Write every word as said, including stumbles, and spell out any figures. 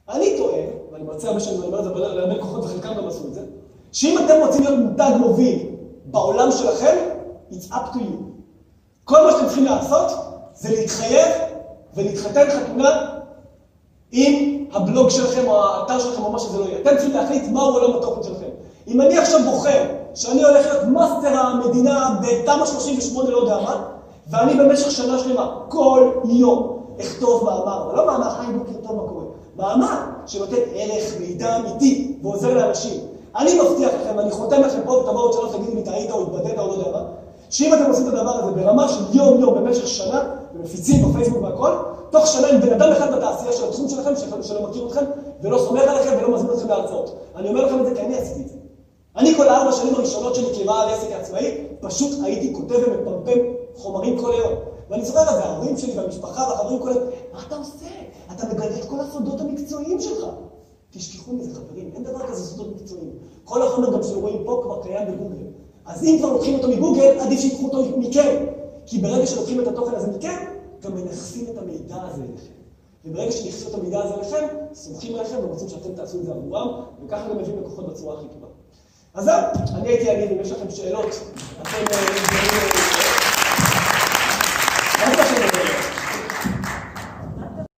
אני טוען, ואני מרצה הרבה שאני אומר את זה להרבה לקוחות וחלקם גם עשו את זה, שאם אתם רוצים להיות מותג מוביל בעולם שלכם, it's up to you. כל מה שאתם צריכים לעשות זה להתחייב ולהתחתן חתונה עם הבלוג שלכם או האתר שלכם או מה שזה לא יהיה. אתם צריכים להחליט מהו עולם התוכן שלכם. אם אני עכשיו בוחר שאני הולך להיות מאסטר המדינה בתמ"א שלושים ושמונה, לא יודע מה, ואני במשך שנה שלמה, כל יום, אכתוב מאמר, אבל לא מאמר, היי בוקר טוב מה קורה, מאמר שנותן ערך, מידע אמיתי ועוזר לאנשים. אני מבטיח לכם, אני חותם לכם פה ותבואו עוד שלוש, תגידו לי, טעית או התבדית או לא יודע מה, שאם אתם עושים את הדבר הזה ברמה של יום יום במשך שנה, ומפיצים בפייסבוק והכל, תוך שנה עם בן אדם אחד בתעשייה של התחום שלכם, שלא מכיר אתכם, ולא סומך עליכם ולא מזמין אתכם להרצאות. אני אומר לכם את זה כי אני עשיתי את זה. אני כל הארבע שנים הראשונות שלי כבעל עסק עצמאי, פשוט הייתי כותב ומפמפם חומרים כל היום. ואני זוכר את זה, ההורים שלי והמשפחה והחברים כל היום, מה אתה עושה? אתה מגלה את כל הסודות המקצועיים שלך. תשכחו מזה חברים, אין דבר כזה סודות מקצועיים. כל החומר גם שרואים פה כבר קיים בגוגל. אז אם כבר לוקחים אותו מגוגל, עדיף שיקחו אותו מכם. כי ברגע שלוקחים את התוכן הזה מכם, גם מנכסים את המידע הזה אליכם. וברגע שנכסים את המידע הזה אליכם, סומכים עליכם ורוצים שאתם תעשו את זה עבורם, וככה גם מביאים לקוחות בצורה הכי טובה. אז זהו, אני הייתי אגיד, אם יש לכם שאלות, אתם...